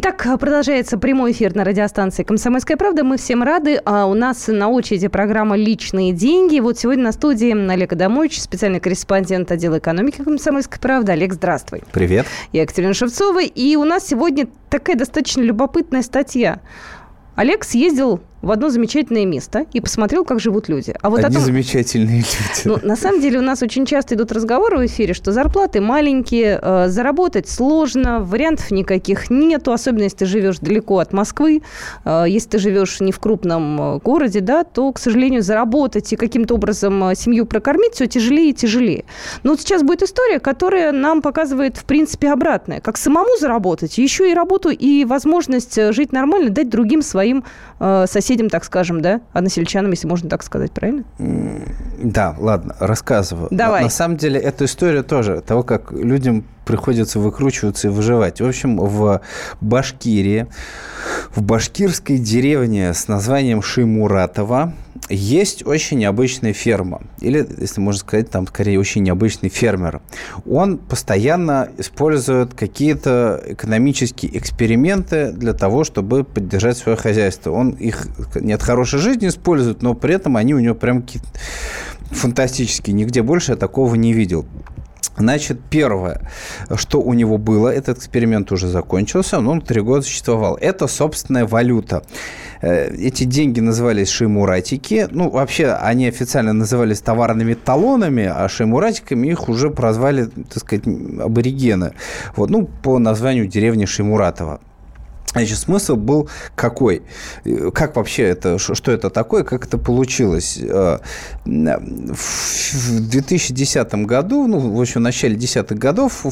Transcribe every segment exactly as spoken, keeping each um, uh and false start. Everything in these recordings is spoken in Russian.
Итак, продолжается прямой эфир на радиостанции «Комсомольская правда». Мы всем рады. А у нас на очереди программа «Личные деньги». Вот сегодня на студии Олег Адамович, специальный корреспондент отдела экономики «Комсомольской правды». Олег, здравствуй. Привет. Я Екатерина Шевцова. И у нас сегодня такая достаточно любопытная статья. Олег съездил в одно замечательное место и посмотрел, как живут люди. А вот Одни о том... замечательные люди. Ну, на самом деле у нас очень часто идут разговоры в эфире, что зарплаты маленькие, э, заработать сложно, вариантов никаких нету, особенно если ты живешь далеко от Москвы. Э, если ты живешь не в крупном городе, да, то, к сожалению, заработать и каким-то образом семью прокормить все тяжелее и тяжелее. Но вот сейчас будет история, которая нам показывает, в принципе, обратное. Как самому заработать, еще и работу, и возможность жить нормально дать другим своим э, соседям, так скажем, да? Односельчанам, если можно так сказать, правильно? Да, ладно, рассказываю. Давай. На самом деле, эта история тоже того, как людям приходится выкручиваться и выживать. В общем, в Башкирии, в башкирской деревне с названием Шаймуратова есть очень необычная ферма. Или, если можно сказать, там, скорее, очень необычный фермер. Он постоянно использует какие-то экономические эксперименты для того, чтобы поддержать свое хозяйство. Он их не от хорошей жизни использует, но при этом они у него прям какие-то фантастические. Нигде больше я такого не видел. Значит, первое, что у него было, этот эксперимент уже закончился, но он три года существовал. Это собственная валюта. Эти деньги назывались шаймуратики. Ну, вообще, они официально назывались товарными талонами, а шаймуратиками их уже прозвали, так сказать, аборигены. Вот, ну, по названию деревни Шаймуратова. Значит, смысл был какой? Как вообще это, что это такое, как это получилось? В две тысячи десятом году, ну, в общем, в начале десятых годов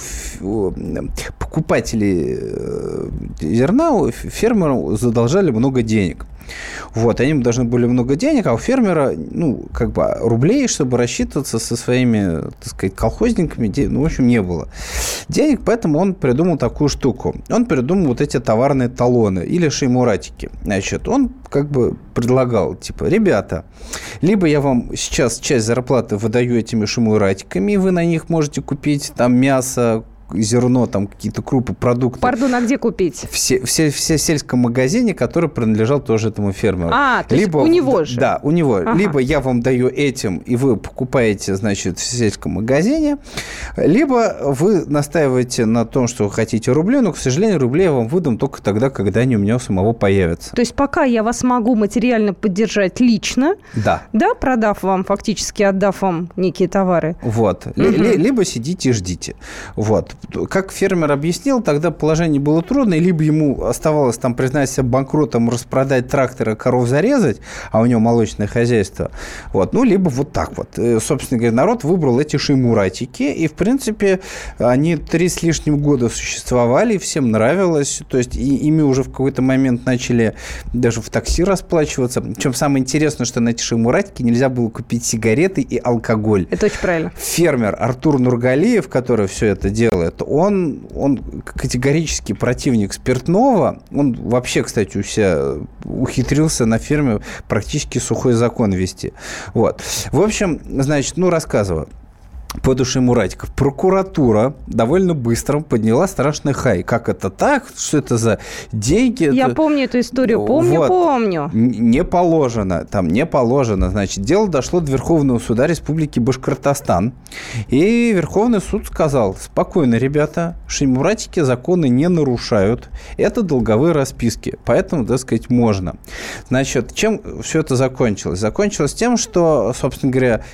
покупатели зерна фермерам задолжали много денег. Вот, они должны были много денег, а у фермера, ну, как бы рублей, чтобы рассчитываться со своими, так сказать, колхозниками, ну, в общем, не было денег, поэтому он придумал такую штуку. Он придумал вот эти товарные талоны или шаймуратики. Значит, он как бы предлагал, типа, ребята, либо я вам сейчас часть зарплаты выдаю этими шаймуратиками, и вы на них можете купить там мясо, зерно, там какие-то крупы, продукты. Пардон, а где купить? Все, все, все в сельском магазине, который принадлежал тоже этому фермеру. А, то либо, есть у него же? Да, у него. Ага. Либо я вам даю этим, и вы покупаете, значит, в сельском магазине, либо вы настаиваете на том, что вы хотите рубли, но, к сожалению, рубли я вам выдам только тогда, когда они у меня у самого появятся. То есть пока я вас могу материально поддержать лично, да, да, продав вам, фактически отдав вам некие товары. Вот. Угу. Либо сидите и ждите. Вот. Как фермер объяснил, тогда положение было трудное, либо ему оставалось там признать себя банкротом, распродать трактор, коров зарезать, а у него молочное хозяйство, вот, ну, либо вот так вот. Собственно говоря, народ выбрал эти шаймуратики, и, в принципе, они три с лишним года существовали, всем нравилось, то есть и, ими уже в какой-то момент начали даже в такси расплачиваться. Причем самое интересное, что на эти шаймуратики нельзя было купить сигареты и алкоголь. Это очень правильно. Фермер Артур Нургалиев, который все это делает, Он, он категорически противник спиртного. Он вообще, кстати, у себя ухитрился на ферме практически сухой закон вести. Вот. В общем, значит, ну, рассказываю. По душе Муратиков. Прокуратура довольно быстро подняла страшный хай. Как это так? Что это за деньги? Я это... помню эту историю. Помню, вот. помню. Не положено. Там не положено. Значит, дело дошло до Верховного суда Республики Башкортостан. И Верховный суд сказал: спокойно, ребята, шаймуратики законы не нарушают. Это долговые расписки. Поэтому, так сказать, можно. Значит, чем все это закончилось? Закончилось тем, что, собственно говоря,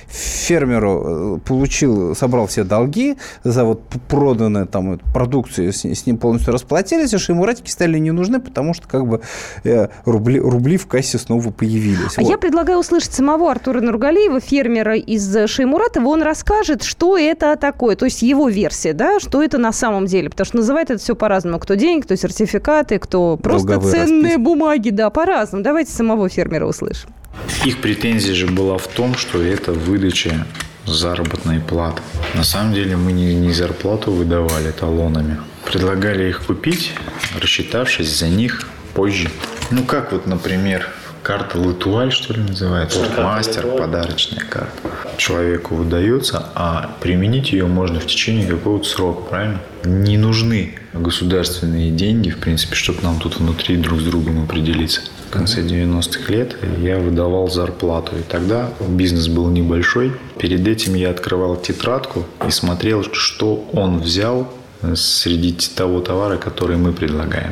фермеру получил собрал все долги за вот проданную там продукцию, с, с ним полностью расплатились, а шаймуратики стали не нужны, потому что как бы э, рубли, рубли в кассе снова появились. А вот. Я предлагаю услышать самого Артура Нургалиева, фермера из Шаймуратова. Он расскажет, что это такое, то есть его версия, да, что это на самом деле, потому что называют это все по-разному. Кто деньги, кто сертификаты, кто просто долговые ценные расписки. Бумаги, да, по-разному. Давайте самого фермера услышим. Их претензия же была в том, что это выдача заработной платы. На самом деле мы не, не зарплату выдавали талонами. Предлагали их купить, рассчитавшись за них позже. Ну как вот, например, карта Латуаль, что ли, называется? Мастер, подарочная карта. Человеку выдается, а применить ее можно в течение какого-то срока, правильно? Не нужны государственные деньги, в принципе, чтобы нам тут внутри друг с другом определиться. В конце девяностых лет я выдавал зарплату, и тогда бизнес был небольшой. Перед этим я открывал тетрадку и смотрел, что он взял среди того товара, который мы предлагаем.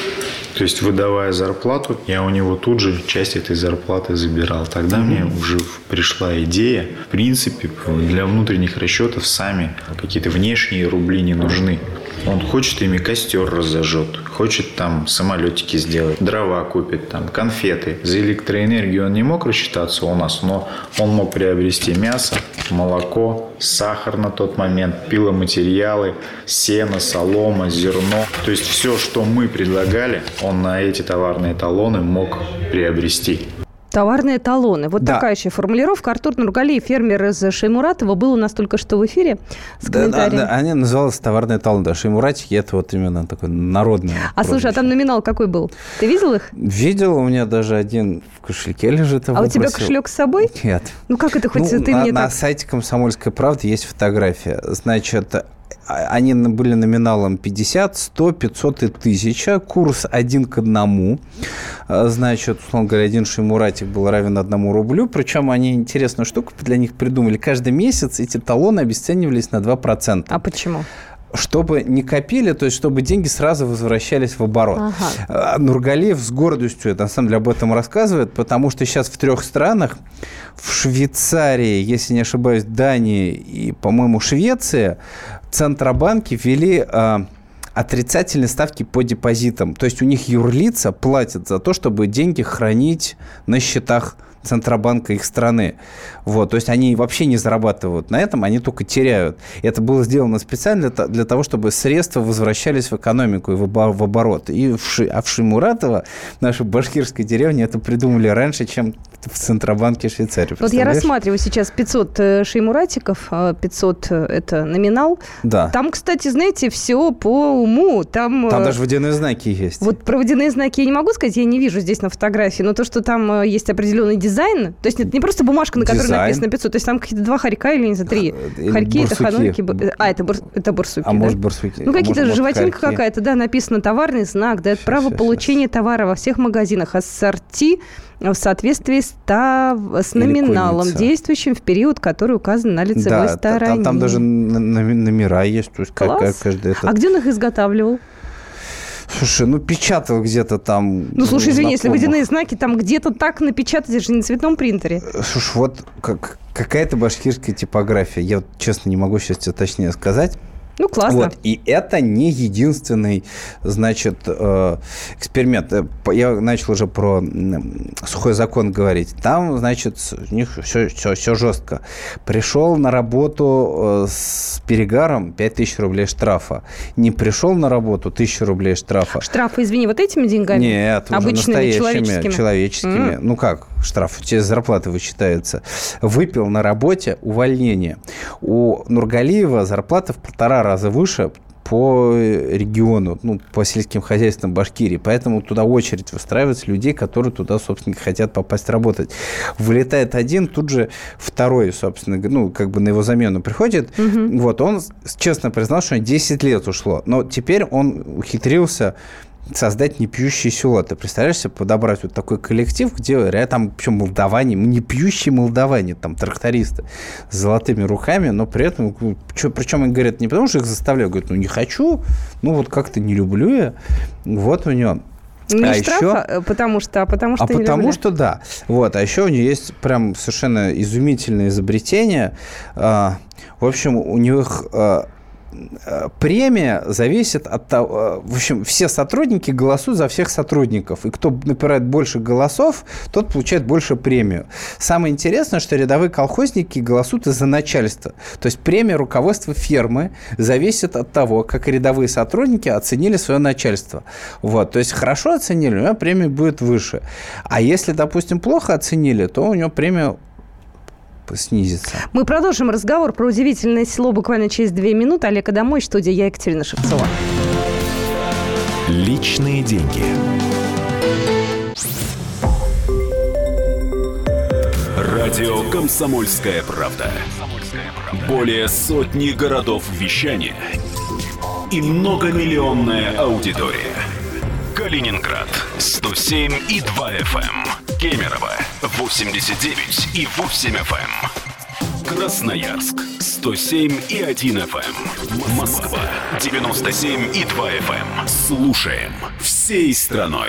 То есть, выдавая зарплату, я у него тут же часть этой зарплаты забирал. Тогда mm-hmm. мне уже пришла идея. В принципе, для внутренних расчетов сами какие-то внешние рубли не нужны. Он хочет ими костер разожжет, хочет там самолетики сделать, дрова купит, там конфеты. За электроэнергию он не мог рассчитаться у нас, но он мог приобрести мясо, молоко, сахар на тот момент, пиломатериалы, сено, солома, зерно. То есть все, что мы предлагали, он на эти товарные талоны мог приобрести. Товарные талоны. Вот да. такая еще формулировка. Артур Нургалиев, фермер из Шаймуратова, был у нас только что в эфире с комментарием. Да, да, они назывались товарные талоны. Да, шаймуратики – это вот именно такое народное. А прозвище. Слушай, а там номинал какой был? Ты видел их? Видел. У меня даже один в кошельке лежит. А у тебя кошелек с собой? Нет. Ну как это хоть ну, ты на, мне на так... На сайте «Комсомольской правды» есть фотография. Значит, они были номиналом пятьдесят, сто, пятьсот и тысяча. Курс один к одному. Значит, условно говоря, один шаймуратик был равен одному рублю. Причем они интересную штуку для них придумали. Каждый месяц эти талоны обесценивались на два процента. А почему? Чтобы не копили, то есть чтобы деньги сразу возвращались в оборот. Ага. Нургалиев с гордостью, на самом деле, об этом рассказывает, потому что сейчас в трех странах, в Швейцарии, если не ошибаюсь, Дании и, по-моему, Швеция, центробанки ввели а, отрицательные ставки по депозитам. То есть у них юрлица платят за то, чтобы деньги хранить на счетах Центробанка их страны. Вот, то есть они вообще не зарабатывают на этом, они только теряют. Это было сделано специально для того, чтобы средства возвращались в экономику и в оборот. И в Ши, а в Шаймуратово, в нашей башкирской деревне, это придумали раньше, чем в Центробанке Швейцарии. Вот я рассматриваю сейчас пятьсот шаймуратиков, пятьсот – это номинал. Да. Там, кстати, знаете, все по уму. Там, там даже водяные знаки есть. Вот про водяные знаки я не могу сказать, я не вижу здесь на фотографии, но то, что там есть определенный дизайн, то есть это не просто бумажка, на которой дизайн. Написано пятьсот, то есть там какие-то два хорька или, не знаю, три. Или хорьки, бурсуки. Это ханурики. А, это, бур, это бурсуки, А да? может, бурсуки. Ну, какие-то а может, животинка хорьки. какая-то, да, написано товарный знак, дает сейчас, право сейчас, получения сейчас. товара во всех магазинах, ассорти в соответствии с, та, с номиналом, действующим в период, который указан на лицевой да, стороне. Там, там даже номера есть. То есть как, как каждый этот... А где он их изготавливал? Слушай, ну печатал где-то там. Ну, слушай, извини, если водяные знаки там где-то так напечатать, это же не на цветном принтере. Слушай, вот как, какая-то башкирская типография. Я вот, честно не могу сейчас тебе точнее сказать. Ну, классно. Вот. И это не единственный, значит, эксперимент. Я начал уже про сухой закон говорить. Там, значит, у них все, все, все жестко. Пришел на работу с перегаром пять тысяч рублей штрафа. Не пришел на работу тысячу рублей штрафа. Штрафы, извини, вот этими деньгами? Нет, уже обычными, настоящими, человеческими. человеческими. Mm. Ну как, штраф, через зарплаты вычитается. Выпил на работе, увольнение. У Нургалиева зарплата в полтора раза выше по региону, ну, по сельским хозяйствам Башкирии. Поэтому туда очередь выстраивается людей, которые туда, собственно, хотят попасть работать. Вылетает один, тут же второй, собственно, ну, как бы на его замену приходит. Угу. Вот, он честно признал, что десять лет ушло. Но теперь он ухитрился создать непьющие села. Ты представляешь себе подобрать вот такой коллектив, где там, причем молдаване, не пьющие молдаване, там трактористы с золотыми руками, но при этом, причем они говорят не потому, что их заставляют, говорят, ну не хочу, ну вот как-то не люблю я. Вот у него. Не а штраф, еще, потому что, а потому что а потому люблю. что да. Вот, а еще у нее есть прям совершенно изумительное изобретение. В общем, у них премия зависит от того... В общем, все сотрудники голосуют за всех сотрудников. И кто набирает больше голосов, тот получает больше премию. Самое интересное, что рядовые колхозники голосуют из-за начальства. То есть премия руководства фермы зависит от того, как рядовые сотрудники оценили свое начальство. Вот. То есть хорошо оценили, у него премия будет выше. А если, допустим, плохо оценили, то у него премия снизится. Мы продолжим разговор про удивительное село буквально через две минуты. Олег Адамович, студия, я Екатерина Шевцова. Личные деньги. Радио «Комсомольская правда». Более сотни городов вещания и многомиллионная аудитория. Калининград сто семь и два эф эм, Кемерово восемьдесят девять и восемь эф эм, Красноярск сто семь и один эф эм, Москва девяносто семь и два эф эм. Слушаем всей страной.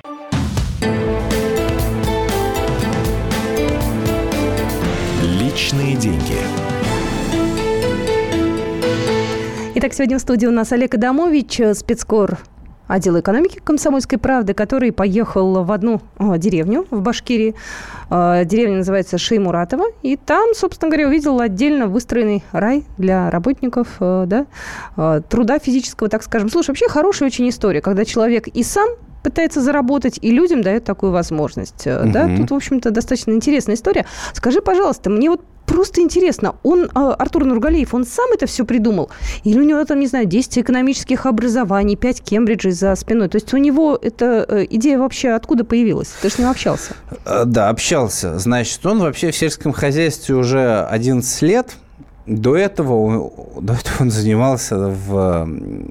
Личные деньги. Итак, сегодня в студии у нас Олег Адамович, спецкор отдела экономики «Комсомольской правды», который поехал в одну о, деревню в Башкирии. Э, деревня называется Шеймуратова. И там, собственно говоря, увидел отдельно выстроенный рай для работников э, да, э, труда физического, так скажем. Слушай, вообще хорошая очень история, когда человек и сам пытается заработать, и людям дает такую возможность. Угу. Да? Тут, в общем-то, достаточно интересная история. Скажи, пожалуйста, мне вот просто интересно, он, Артур Нургалиев, он сам это все придумал? Или у него там, не знаю, десять экономических образований, пять Кембриджей за спиной? То есть у него эта идея вообще откуда появилась? Ты же с ним общался. Да, общался. Значит, он вообще в сельском хозяйстве уже одиннадцать лет. До этого, до этого он занимался в...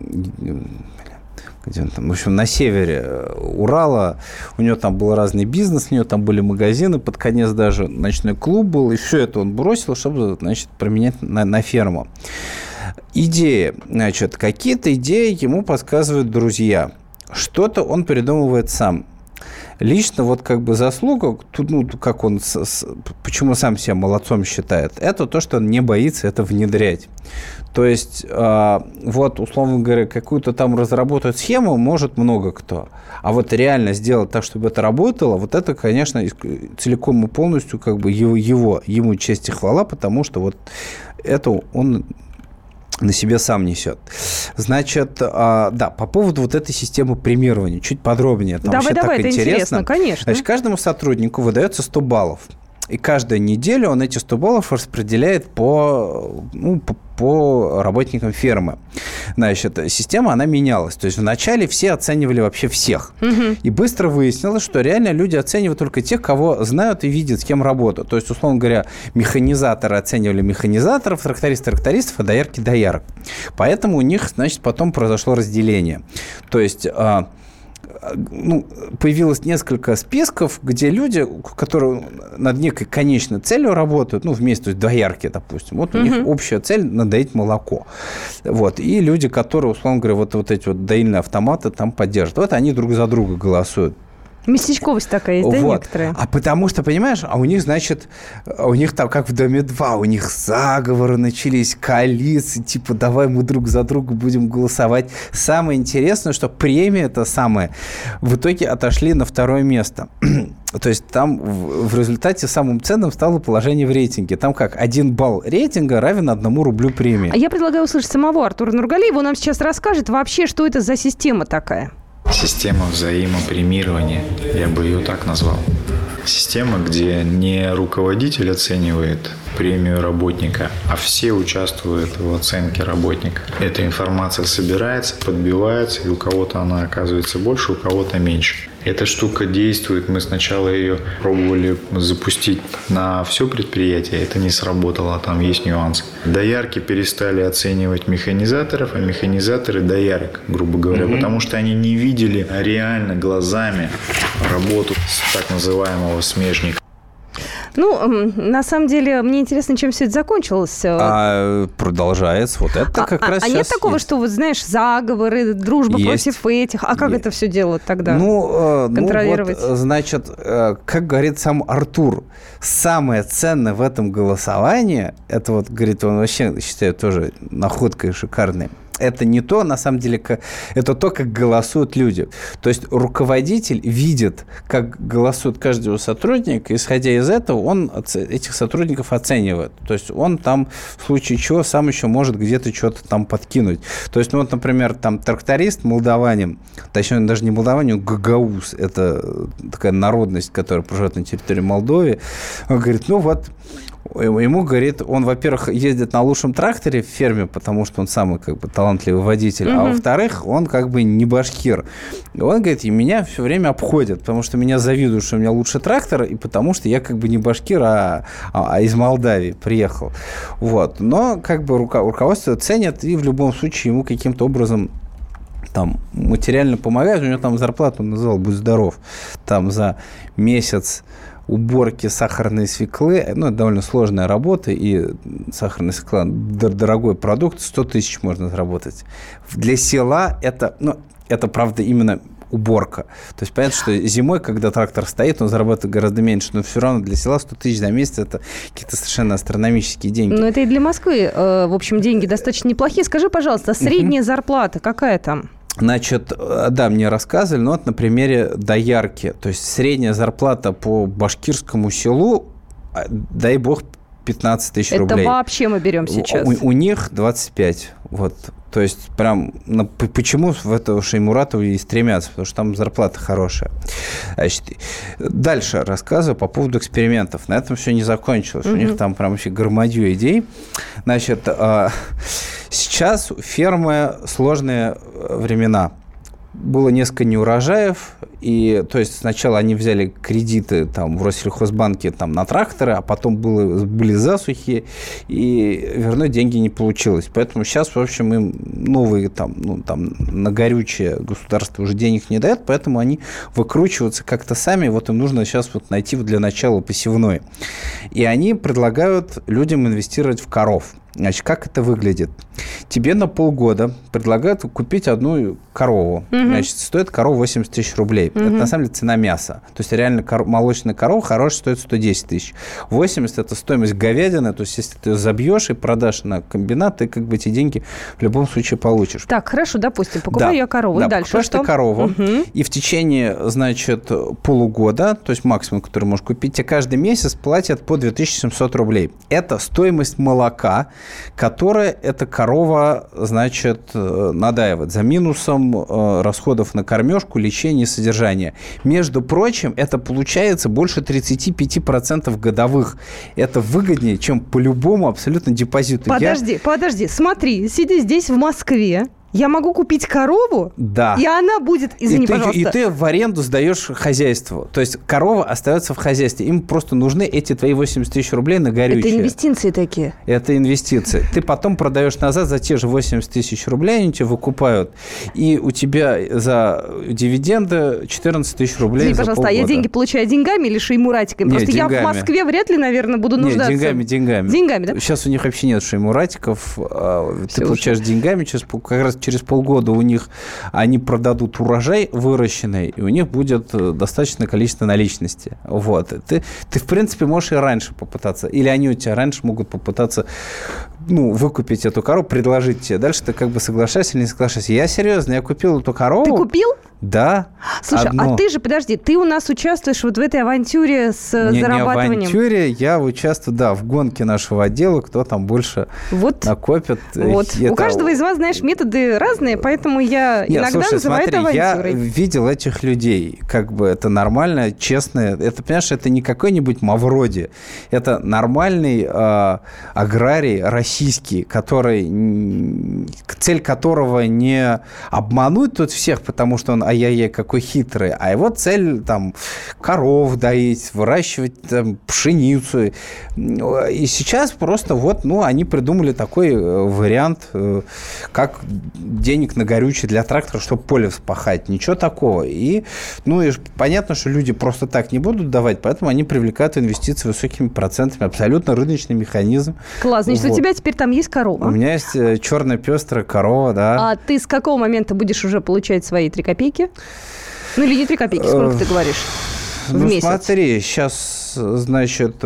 Где он там, в общем, на севере Урала. У него там был разный бизнес, у него там были магазины, под конец даже ночной клуб был. И все это он бросил, чтобы, значит, променять на, на ферму. Идеи. Значит, какие-то идеи ему подсказывают друзья. Что-то он придумывает сам. Лично вот как бы заслуга, ну, как он, почему сам себя молодцом считает, это то, что он не боится это внедрять. То есть, э, вот, условно говоря, какую-то там разработать схему может много кто. А вот реально сделать так, чтобы это работало, вот это, конечно, целиком и полностью как бы его, его ему честь и хвала, потому что вот это он на себе сам несет. Значит, э, да, по поводу вот этой системы премирования, чуть подробнее. Там давай, вообще давай, так это интересно. интересно, конечно. Значит, каждому сотруднику выдается сто баллов. И каждую неделю он эти сто баллов распределяет по, ну, по, по работникам фермы. Значит, система, она менялась. То есть вначале все оценивали вообще всех. Угу. И быстро выяснилось, что реально люди оценивают только тех, кого знают и видят, с кем работают. То есть, условно говоря, механизаторы оценивали механизаторов, трактористы трактористов, а доярки доярок. Поэтому у них, значит, потом произошло разделение. То есть... Ну, появилось несколько списков, где люди, которые над некой конечной целью работают, ну, вместе, то есть доярки, допустим, вот у uh-huh. них общая цель – надоить молоко. Вот. И люди, которые, условно говоря, вот, вот эти вот доильные автоматы там поддерживают. Вот они друг за друга голосуют. Местечковость такая есть, да, вот. Некоторые? А потому что, понимаешь, а у них, значит, у них там, как в «Доме два», у них заговоры начались, коалиции, типа, давай мы друг за друга будем голосовать. Самое интересное, что премия-то самая в итоге отошли на второе место. То есть там в результате самым ценным стало положение в рейтинге. Там как, один балл рейтинга равен одному рублю премии. А я предлагаю услышать самого Артура Нургалиева. Он нам сейчас расскажет вообще, что это за система такая. Система взаимопремирования, я бы ее так назвал. Система, где не руководитель оценивает премию работника, а все участвуют в оценке работника. Эта информация собирается, подбивается, и у кого-то она оказывается больше, у кого-то меньше. Эта штука действует. Мы сначала ее пробовали запустить на все предприятие. Это не сработало, там есть нюансы. Доярки перестали оценивать механизаторов, а механизаторы доярок, грубо говоря, mm-hmm. потому что они не видели реально глазами работу так называемого смежника. Ну, на самом деле, мне интересно, чем все это закончилось. А продолжается. Вот это как а, раз а сейчас нет такого, есть. Что, вот знаешь, заговоры, дружба есть. Против этих? А как есть. Это все делать тогда? Ну, контролировать? Ну, вот, значит, как говорит сам Артур, самое ценное в этом голосовании, это вот, говорит, он вообще, считаю, тоже находкой шикарной, это не то, на самом деле, это то, как голосуют люди. То есть руководитель видит, как голосует каждого сотрудника, исходя из этого, он этих сотрудников оценивает. То есть он там, в случае чего, сам еще может где-то что-то там подкинуть. То есть, ну вот, например, там тракторист молдаванин, точнее, даже не молдаванин, гагауз, это такая народность, которая проживает на территории Молдовы, он говорит, ну вот, Ему, говорит, он, во-первых, ездит на лучшем тракторе в ферме, потому что он самый как бы талантливый водитель, угу. а во-вторых, он как бы не башкир. И он, говорит, и меня все время обходят, потому что меня завидуют, что у меня лучший трактор, и потому что я как бы не башкир, а, а, а из Молдавии приехал. Вот. Но как бы руко- руководство ценит, и в любом случае ему каким-то образом там материально помогают. У него там зарплату, он назвал, будь здоров, там за месяц уборки сахарной свеклы, ну, это довольно сложная работа, и сахарная свекла – дорогой продукт, сто тысяч можно заработать. Для села это, ну, это, правда, именно уборка. То есть, понятно, что зимой, когда трактор стоит, он зарабатывает гораздо меньше, но все равно для села сто тысяч за месяц – это какие-то совершенно астрономические деньги. Но это и для Москвы, в общем, деньги достаточно неплохие. Скажи, пожалуйста, средняя зарплата какая там? Значит, да, мне рассказывали, но вот на примере доярки. То есть средняя зарплата по башкирскому селу, дай бог, пятнадцать тысяч рублей. Это вообще мы берем сейчас. У, у них двадцать пять. Вот. То есть прям на, почему в это Шеймуратову и стремятся? Потому что там зарплата хорошая. Значит, дальше рассказываю по поводу экспериментов. На этом все не закончилось. Mm-hmm. У них там прям вообще громадью идей. Значит, сейчас у фермы сложные времена. Было несколько неурожаев, и, то есть, сначала они взяли кредиты там, в Россельхозбанке там, на тракторы, а потом было, были засухи, и вернуть деньги не получилось. Поэтому сейчас, в общем, им новые там, ну, там, на горючее государство уже денег не дает, поэтому они выкручиваются как-то сами. Вот им нужно сейчас вот найти для начала посевной. И они предлагают людям инвестировать в коров. Значит, как это выглядит? Тебе на полгода предлагают купить одну корову. Угу. Значит, стоит корова восемьдесят тысяч рублей. Угу. Это, на самом деле, цена мяса. То есть, реально, кор- молочная корова хорошая стоит сто десять тысяч. восемьдесят – это стоимость говядины. То есть, если ты ее забьешь и продашь на комбинат, ты как бы эти деньги в любом случае получишь. Так, хорошо, допустим, покупаю да. я корову. Да, и дальше покупаешь что? ты корову. Угу. И в течение, значит, полугода, то есть максимум, который можешь купить, тебе каждый месяц платят по две тысячи семьсот рублей. Это стоимость молока, которое эта корова, значит, надаивает за минусом э, расходов на кормежку, лечение и содержание. Между прочим, это получается больше тридцать пять процентов годовых. Это выгоднее, чем по любому абсолютно депозиту. Подожди, Я... подожди, смотри, сидя здесь в Москве, я могу купить корову, да. и она будет, извини, и ты, пожалуйста. И ты в аренду сдаешь хозяйству. То есть корова остается в хозяйстве. Им просто нужны эти твои восемьдесят тысяч рублей на горючее. Это инвестиции такие. Это инвестиции. Ты потом продаешь назад за те же восемьдесят тысяч рублей, они тебя выкупают. И у тебя за дивиденды четырнадцать тысяч рублей извини, за пожалуйста, полгода. А я деньги получаю деньгами или шеймуратиками? Просто деньгами. Я в Москве вряд ли, наверное, буду нуждаться. Нет, деньгами, деньгами. Деньгами, да? Сейчас у них вообще нет шеймуратиков. Ты Все получаешь уже. деньгами, через, как раз через полгода у них они продадут урожай выращенный, и у них будет достаточное количество наличности. Вот. Ты, ты, в принципе, можешь и раньше попытаться. Или они у тебя раньше могут попытаться ну, выкупить эту корову, предложить тебе. Дальше ты как бы соглашаешься или не соглашаешься. Я серьезно, я купил эту корову. Ты купил? Да. Слушай, одну. а ты же, подожди, ты у нас участвуешь вот в этой авантюре с не, зарабатыванием? Не авантюре, я участвую, да, в гонке нашего отдела, кто там больше вот, накопит. Вот. Это... У каждого из вас, знаешь, методы разные, поэтому я Нет, иногда слушай, называю смотри, это авантюрой. Я видел этих людей, как бы это нормально, честно. Это, понимаешь, это не какой-нибудь Мавроди, это нормальный э, аграрий российский, который, цель которого не обмануть тут всех, потому что он ай-яй-яй, какой хитрый, а его цель там коров доить, выращивать там, пшеницу. И сейчас просто вот, ну, они придумали такой вариант, как денег на горючее для трактора, чтобы поле вспахать. Ничего такого. И, ну, и понятно, что люди просто так не будут давать, поэтому они привлекают инвестиции высокими процентами. Абсолютно рыночный механизм. Класс. Значит, вот. У тебя теперь там есть корова? У меня есть черная пестрая корова, да. А ты с какого момента будешь уже получать свои три копейки? Ну, или не три копейки, сколько ты говоришь в ну, месяц? Смотри, сейчас, значит,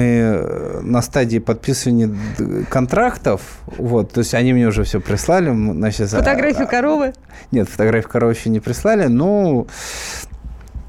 мы на стадии подписывания контрактов, вот, то есть они мне уже все прислали. Значит, фотографию а, коровы? Нет, фотографию коровы еще не прислали, но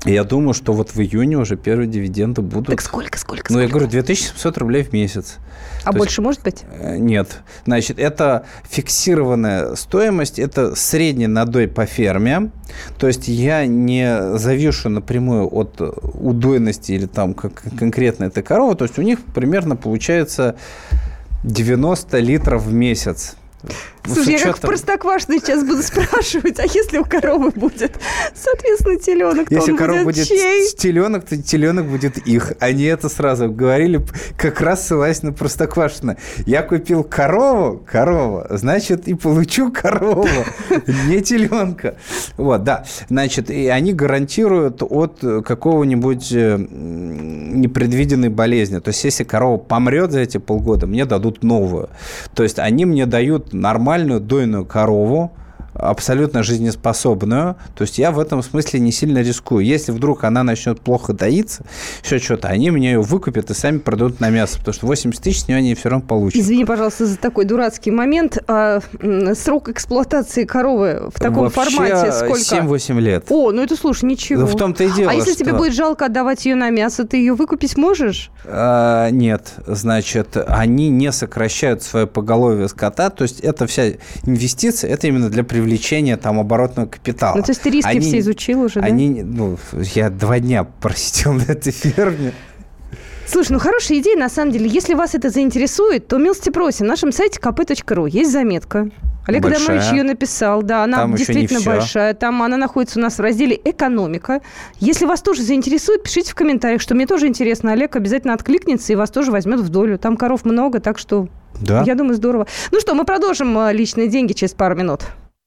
Я думаю, что вот в июне уже первые дивиденды будут. Так сколько, сколько, сколько? Ну, я говорю, две тысячи семьсот рублей в месяц. А То больше есть, может быть? Нет. Значит, это фиксированная стоимость, это средний надой по ферме. То есть я не завишу напрямую от удойности или там как конкретно этой коровы. То есть у них примерно получается девяносто литров в месяц. Слушай, я как в Простоквашино сейчас буду спрашивать, а если у коровы будет, соответственно, теленок, то если он корова будет будет чей? теленок, то теленок будет их. Они это сразу говорили, как раз ссылаясь на Простоквашино. Я купил корову, корову, значит, и получу корову, не теленка. Вот, да. Значит, и они гарантируют от какого-нибудь непредвиденной болезни. То есть, если корова помрет за эти полгода, мне дадут новую. То есть, они мне дают нормальную дойную корову, абсолютно жизнеспособную. То есть я в этом смысле не сильно рискую. Если вдруг она начнет плохо доиться, еще что-то, они мне ее выкупят и сами продадут на мясо, потому что восемьдесят тысяч с нее они все равно получат. Извини, пожалуйста, за такой дурацкий момент. А, срок эксплуатации коровы в таком Вообще формате сколько? семь-восемь лет. О, ну это, слушай, ничего. Да в том-то и дело, А если что... тебе будет жалко отдавать ее на мясо, ты ее выкупить можешь? А, нет. Значит, они не сокращают свое поголовье скота. То есть это вся инвестиция, это именно для привлечения привлечения там оборотного капитала. Ну, то есть ты риски они, все изучил уже, да? Они, ну, я два дня просидел на этой ферме. Слушай, ну хорошая идея, на самом деле. Если вас это заинтересует, то милости просим. На нашем сайте ка пэ точка ру есть заметка. Олег Большая. Адамович ее написал, да, она Там действительно большая. Там она находится у нас в разделе «Экономика». Если вас тоже заинтересует, пишите в комментариях, что мне тоже интересно. Олег обязательно откликнется и вас тоже возьмет в долю. Там коров много, так что, да. Я думаю, здорово. Ну что, мы продолжим личные деньги через пару минут.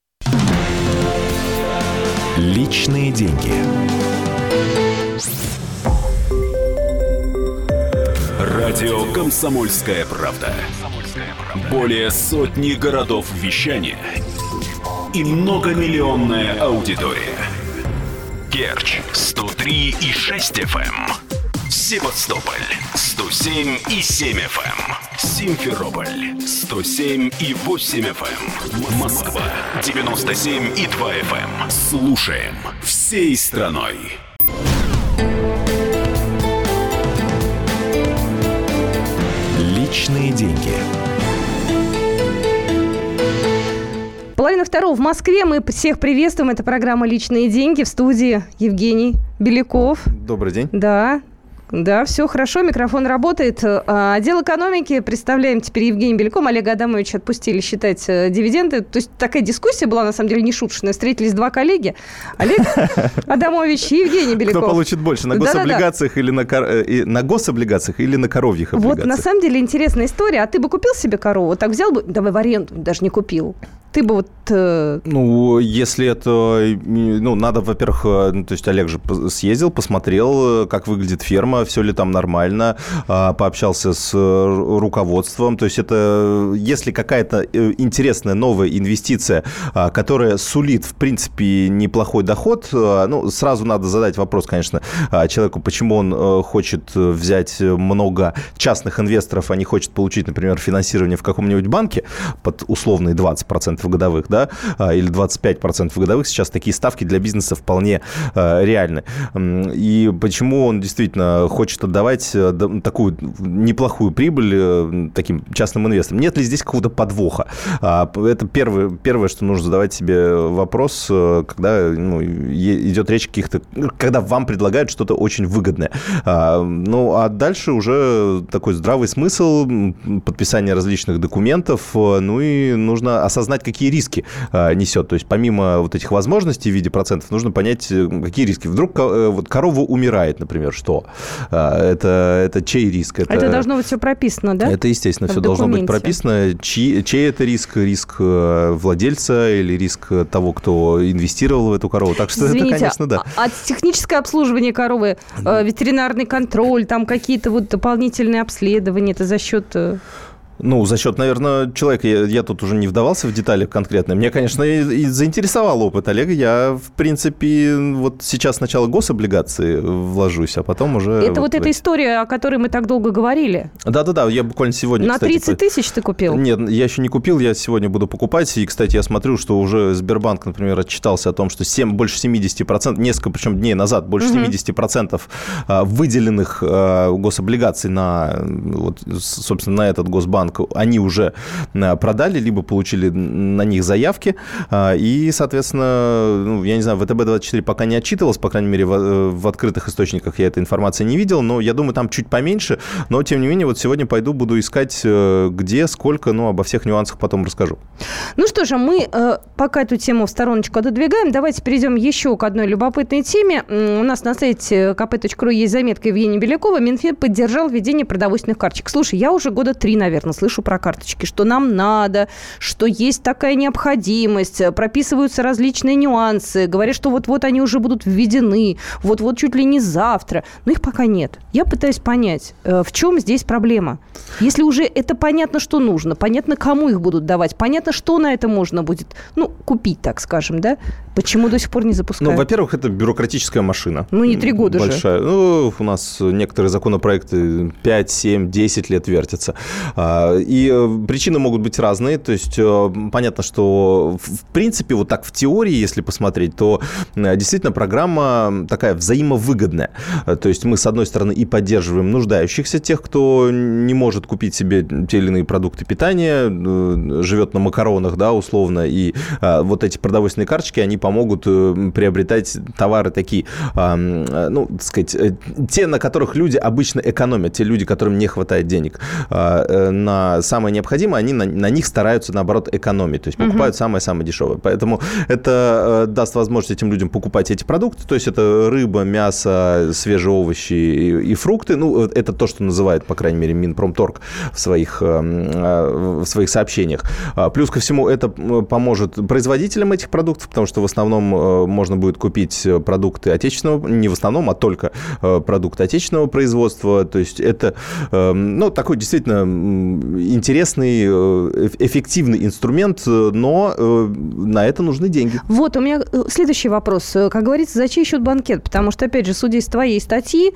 Личные деньги. Радио «Комсомольская правда». Более сотни городов вещания и многомиллионная аудитория. Керчь сто три и шесть эф эм, Севастополь сто семь и семь эф эм, Симферополь сто семь и восемь эф эм, Москва девяносто семь и два эф эм. Слушаем всей страной. Личные деньги. Половина второго в Москве. Мы всех приветствуем. Это программа «Личные деньги». В студии Евгений Беляков. Добрый день. Да. Да, все хорошо, микрофон работает. Отдел экономики представляем теперь Евгений Беляков. Олега Адамовича отпустили считать дивиденды. То есть такая дисуссия была, на самом деле, не шуточная. Встретились два коллеги. Олег Адамович и Евгений Беляков. Кто получит больше, на гособлигациях или на, кор... на гособлигациях или на коровьих облигациях? Вот на самом деле интересная история. А ты бы купил себе корову? Так взял бы, давай в аренду, даже не купил. Ты бы вот... Э... Ну, если это... Ну, надо, во-первых, то есть Олег же съездил, посмотрел, как выглядит ферма, все ли там нормально, пообщался с руководством. То есть это... Если какая-то интересная новая инвестиция, которая сулит, в принципе, неплохой доход, ну, сразу надо задать вопрос, конечно, человеку, почему он хочет взять много частных инвесторов, а не хочет получить, например, финансирование в каком-нибудь банке под условные двадцать процентов годовых, да, или двадцать пять процентов годовых. Сейчас такие ставки для бизнеса вполне э, реальны. И почему он действительно хочет отдавать такую неплохую прибыль э, таким частным инвесторам? Нет ли здесь какого-то подвоха? А, это первое, первое, что нужно задавать себе вопрос, когда ну, идет речь о каких-то... Когда вам предлагают что-то очень выгодное. А, ну, а дальше уже такой здравый смысл, подписание различных документов, ну и нужно осознать, какие риски а, несет. То есть помимо вот этих возможностей в виде процентов, нужно понять, какие риски. Вдруг вот корова умирает, например, что? А, это, это чей риск? Это, это должно быть все прописано, да? Это, естественно, в все документе. Должно быть прописано. Чьи, чей это риск? Риск владельца или риск того, кто инвестировал в эту корову? Так что Извините, это, конечно, да. А, а техническое обслуживание коровы, э, ветеринарный контроль, там какие-то вот дополнительные обследования, это за счет... Ну, за счет, наверное, человека, я, я тут уже не вдавался в детали конкретно. Меня, конечно, и, и заинтересовал опыт Олега. Я, в принципе, вот сейчас сначала гособлигации вложусь, а потом уже... Это вот, вот эта история, о которой мы так долго говорили. Да-да-да, я буквально сегодня, На кстати, тридцать тысяч ты купил? Нет, я еще не купил, я сегодня буду покупать. И, кстати, я смотрю, что уже Сбербанк, например, отчитался о том, что семь, больше семьдесят процентов, несколько, причем дней назад, больше угу. семьдесят процентов выделенных гособлигаций на, вот, собственно, на этот Госбанк они уже продали, либо получили на них заявки. И, соответственно, ну, я не знаю, вэ тэ бэ двадцать четыре пока не отчитывалась, по крайней мере, в, в открытых источниках я этой информации не видел, но я думаю, там чуть поменьше. Но, тем не менее, вот сегодня пойду, буду искать, где, сколько, ну, обо всех нюансах потом расскажу. Ну что же, мы э, пока эту тему в стороночку отодвигаем. Давайте перейдем еще к одной любопытной теме. У нас на сайте ка пэ точка ру есть заметка Евгения Белякова. Минфин поддержал введение продовольственных карточек. Слушай, я уже года три, наверное, слышу про карточки, что нам надо, что есть такая необходимость, прописываются различные нюансы, говорят, что вот-вот они уже будут введены, вот-вот чуть ли не завтра. Но их пока нет. Я пытаюсь понять, в чем здесь проблема. Если уже это понятно, что нужно, понятно, кому их будут давать, понятно, что на это можно будет, ну, купить, так скажем, да? Почему до сих пор не запускают? Ну, во-первых, это бюрократическая машина. Ну, не три года большая. же. Ну, у нас некоторые законопроекты пять, семь, десять лет вертятся. И причины могут быть разные. То есть, понятно, что, в принципе, вот так в теории, если посмотреть, то действительно программа такая взаимовыгодная. То есть, мы, с одной стороны, и поддерживаем нуждающихся, тех, кто не может купить себе те или иные продукты питания, живет на макаронах, да, условно, и вот эти продовольственные карточки, они помогут приобретать товары такие, ну, так сказать, те, на которых люди обычно экономят, те люди, которым не хватает денег на самое необходимое, они на, на них стараются, наоборот, экономить, то есть покупают uh-huh. самое-самое дешевое. Поэтому это даст возможность этим людям покупать эти продукты, то есть это рыба, мясо, свежие овощи и, и фрукты, ну, это то, что называет, по крайней мере, Минпромторг в своих, в своих сообщениях. Плюс ко всему, это поможет производителям этих продуктов, потому что в основном можно будет купить продукты отечественного, не в основном, а только продукты отечественного производства. То есть это, ну, такой действительно интересный, эффективный инструмент, но на это нужны деньги. Вот, у меня следующий вопрос. Как говорится, за чей счет банкет? Потому что, опять же, судя из твоей статьи,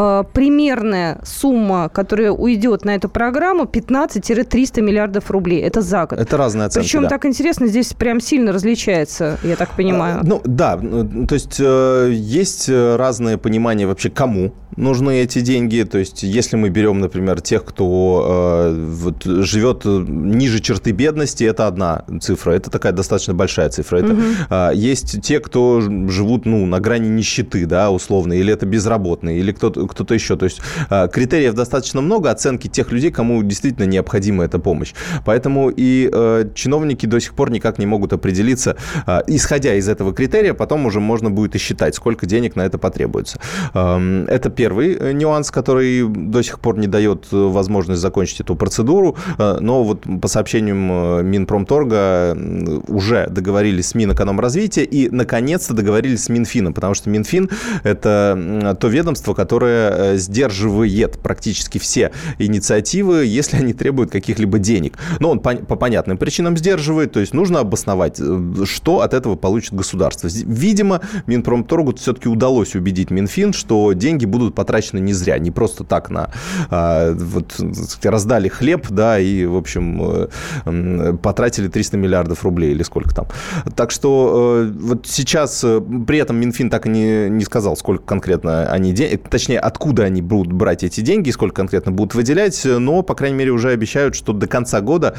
примерная сумма, которая уйдет на эту программу, пятнадцать-триста миллиардов рублей. Это за год. Это разные оценки, Причем да. так интересно, здесь прям сильно различается, я так понимаю. Ну, да, то есть есть разное понимание вообще, кому нужны эти деньги. То есть если мы берем, например, тех, кто э, вот, живет ниже черты бедности, это одна цифра, это такая достаточно большая цифра. Это, угу. э, есть те, кто живут, ну, на грани нищеты, да, условно, или это безработные, или кто-то, кто-то еще. То есть э, критериев достаточно много, оценки тех людей, кому действительно необходима эта помощь. Поэтому и э, чиновники до сих пор никак не могут определиться, э, исходя из этого критерия, потом уже можно будет и считать, сколько денег на это потребуется. Э, это первое. Первый нюанс, который до сих пор не дает возможность закончить эту процедуру, но вот по сообщениям Минпромторга уже договорились с Минэкономразвития и, наконец-то, договорились с Минфином, потому что Минфин – это то ведомство, которое сдерживает практически все инициативы, если они требуют каких-либо денег. Но он по, по понятным причинам сдерживает, то есть нужно обосновать, что от этого получит государство. Видимо, Минпромторгу все-таки удалось убедить Минфин, что деньги будут потрачены не зря, не просто так на а, вот, раздали хлеб, да, и, в общем, потратили триста миллиардов рублей или сколько там. Так что вот сейчас, при этом Минфин так и не, не сказал, сколько конкретно они, точнее, откуда они будут брать эти деньги, сколько конкретно будут выделять, но, по крайней мере, уже обещают, что до конца года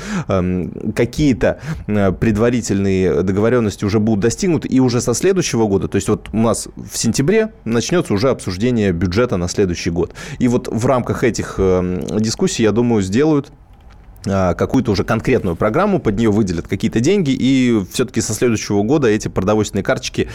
какие-то предварительные договоренности уже будут достигнуты, и уже со следующего года, то есть вот у нас в сентябре начнется уже обсуждение бюджета на следующий год. И вот в рамках этих дискуссий, я думаю, сделают какую-то уже конкретную программу, под нее выделят какие-то деньги, и все-таки со следующего года эти продовольственные карточки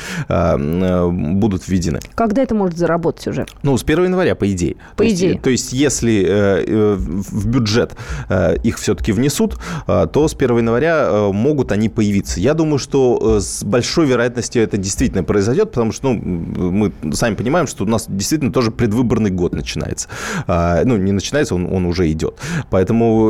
э, будут введены. Когда это может заработать уже? Ну, с первого января, по идее. По то идее. Есть, то есть, если э, в бюджет э, их все-таки внесут, э, то с первого января э, могут они появиться. Я думаю, что э, с большой вероятностью это действительно произойдет, потому что, ну, мы сами понимаем, что у нас действительно тоже предвыборный год начинается. Э, ну, не начинается, он, он уже идет. Поэтому первого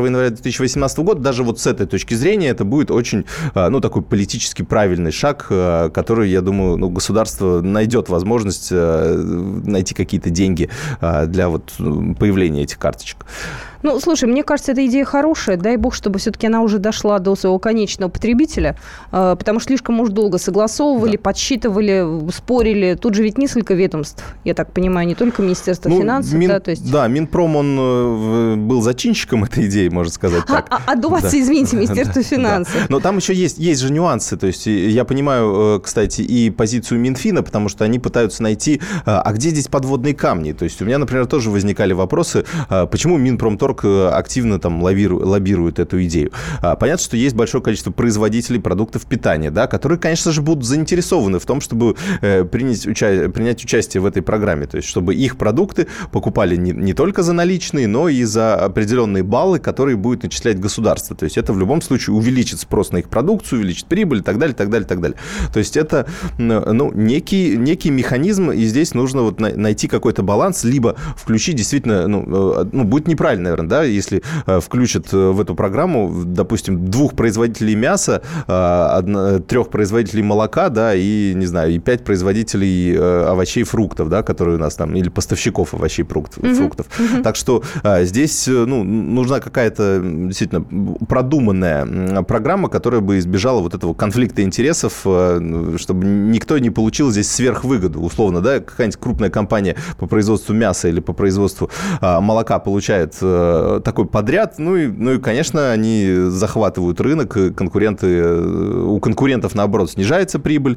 января две тысячи восемнадцатого года, даже вот с этой точки зрения, это будет очень, ну, такой политически правильный шаг, который, я думаю, ну, государство найдет возможность найти какие-то деньги для вот появления этих карточек. Ну, слушай, мне кажется, эта идея хорошая. Дай бог, чтобы все-таки она уже дошла до своего конечного потребителя, потому что слишком уж долго согласовывали, да. подсчитывали, спорили. Тут же ведь несколько ведомств, я так понимаю, не только Министерство ну, финансов. Мин, да, то есть... да, Минпром, он был зачинщиком этой идеи, можно сказать так. А, а, а до вас, да. извините, Министерство финансов. Да. Но там еще есть, есть же нюансы. То есть я понимаю, кстати, и позицию Минфина, потому что они пытаются найти, а где здесь подводные камни. То есть у меня, например, тоже возникали вопросы, почему Минпромторг активно там лоббирует, лоббирует эту идею. Понятно, что есть большое количество производителей продуктов питания, да, которые, конечно же, будут заинтересованы в том, чтобы э, принять, уча- принять участие в этой программе. То есть, чтобы их продукты покупали не, не только за наличные, но и за определенные баллы, которые будет начислять государство. То есть, это в любом случае увеличит спрос на их продукцию, увеличит прибыль и так далее, так далее, так далее. То есть, это ну, некий, некий механизм, и здесь нужно вот найти какой-то баланс, либо включить действительно, ну, ну будет неправильно, наверное, да, если э, включат в эту программу, допустим, двух производителей мяса, э, одно, трех производителей молока, да, и, не знаю, и пять производителей э, овощей и фруктов, да, которые у нас там, или поставщиков овощей и фруктов. Mm-hmm. фруктов. Mm-hmm. Так что э, здесь, ну, нужна какая-то действительно продуманная программа, которая бы избежала вот этого конфликта интересов, э, чтобы никто не получил здесь сверхвыгоду, условно, да, какая-нибудь крупная компания по производству мяса или по производству э, молока получает э, такой подряд, ну и, ну и, конечно, они захватывают рынок, конкуренты, у конкурентов, наоборот, снижается прибыль,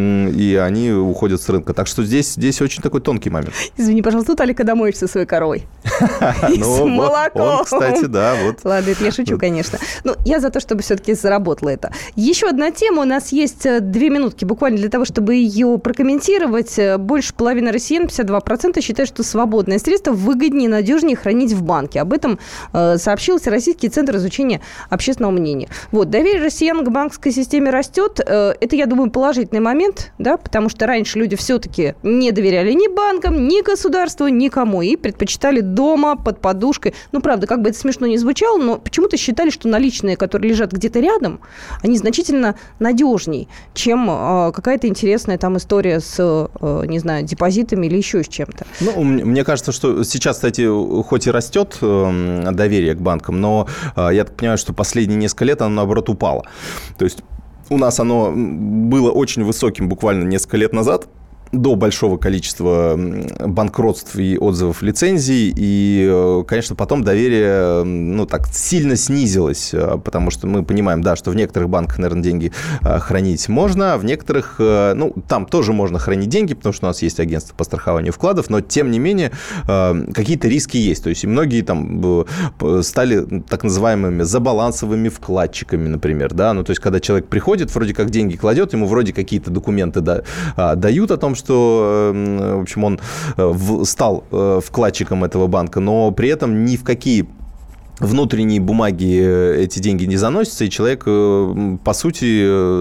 и они уходят с рынка. Так что здесь, здесь очень такой тонкий момент. Извини, пожалуйста, тут Алик Адамович со своей коровой. И с молоком. Он, кстати, да, вот. Ладно, это я шучу, конечно. Но я за то, чтобы все-таки заработало это. Еще одна тема. У нас есть две минутки буквально для того, чтобы ее прокомментировать. Больше половины россиян, пятьдесят два процента, считают, что свободные средства выгоднее и надежнее хранить в банке. Об этом э, сообщил Всероссийский центр изучения общественного мнения. Вот, доверие россиян к банковской системе растет. Э, это, я думаю, положительный момент, да, потому что раньше люди все-таки не доверяли ни банкам, ни государству, никому, и предпочитали дома, под подушкой. Ну, правда, как бы это смешно не звучало, но почему-то считали, что наличные, которые лежат где-то рядом, они значительно надежней, чем э, какая-то интересная там история с, э, не знаю, депозитами или еще с чем-то. Ну, мне кажется, что сейчас, кстати, хоть и растет доверие к банкам, но я так понимаю, что последние несколько лет оно, наоборот, упало. То есть у нас оно было очень высоким буквально несколько лет назад, до большого количества банкротств и отзывов лицензий, и, конечно, потом доверие, ну, так сильно снизилось, потому что мы понимаем, да, что в некоторых банках, наверное, деньги хранить можно, а в некоторых, ну, там тоже можно хранить деньги, потому что у нас есть агентство по страхованию вкладов, но, тем не менее, какие-то риски есть, то есть и многие там стали так называемыми забалансовыми вкладчиками, например, да, ну, то есть когда человек приходит, вроде как деньги кладет, ему вроде какие-то документы да, дают о том, что, в общем, он стал вкладчиком этого банка, но при этом ни в какие внутренние бумаги эти деньги не заносятся, и человек, по сути,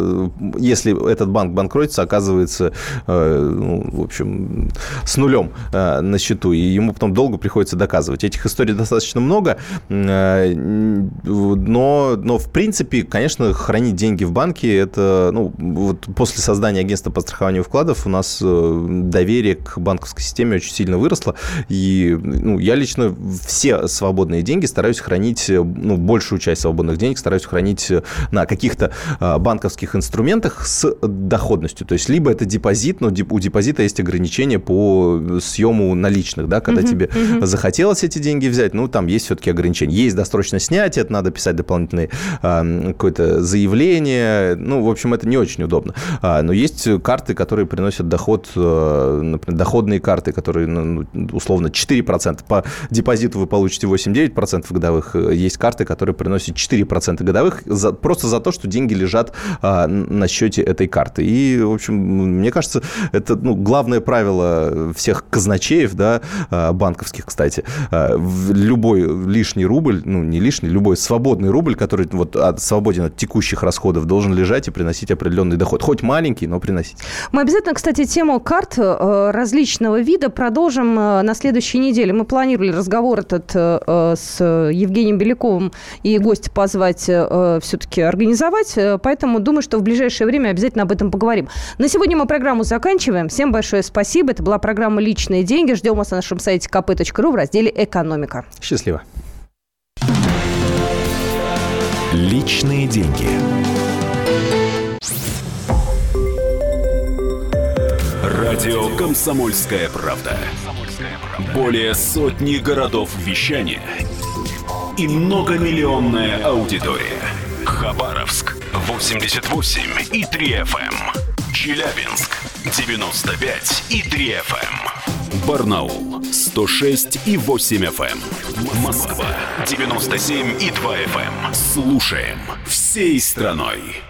если этот банк банкротится, оказывается, ну, в общем, с нулем на счету, и ему потом долго приходится доказывать. Этих историй достаточно много, но, но в принципе, конечно, хранить деньги в банке, это, ну, вот после создания агентства по страхованию вкладов у нас доверие к банковской системе очень сильно выросло, и, ну, я лично все свободные деньги стараюсь хранить, ну, большую часть свободных денег стараюсь хранить на каких-то банковских инструментах с доходностью. То есть, либо это депозит, но у депозита есть ограничения по съему наличных, да, когда uh-huh, тебе uh-huh. захотелось эти деньги взять, ну, там есть все-таки ограничения. Есть досрочное снятие, это надо писать дополнительное а, какое-то заявление, ну, в общем, это не очень удобно. А, но есть карты, которые приносят доход, например, доходные карты, которые, ну, условно, четыре процента. По депозиту вы получите восемь-девять процентов годовых. Есть карты, которые приносят четыре процента годовых за, просто за то, что деньги лежат а, на счете этой карты. И, в общем, мне кажется, это, ну, главное правило всех казначеев, да, банковских, кстати. Любой лишний рубль, ну, не лишний, любой свободный рубль, который вот от, свободен от текущих расходов, должен лежать и приносить определенный доход. Хоть маленький, но приносить. Мы обязательно, кстати, тему карт различного вида продолжим на следующей неделе. Мы планировали разговор этот с Евгением Евгением Беляковым и гостя позвать, все-таки организовать. Поэтому думаю, что в ближайшее время обязательно об этом поговорим. На сегодня мы программу заканчиваем. Всем большое спасибо. Это была программа «Личные деньги». Ждем вас на нашем сайте ка пэ точка ру в разделе «Экономика». Счастливо. Личные деньги. Радио «Комсомольская правда». Более сотни городов вещания и многомиллионная аудитория. Хабаровск восемьдесят восемь и три эф эм. Челябинск девяносто пять и три эф эм. Барнаул сто шесть и восемь эф эм. Москва девяносто семь и два эф эм. Слушаем всей страной.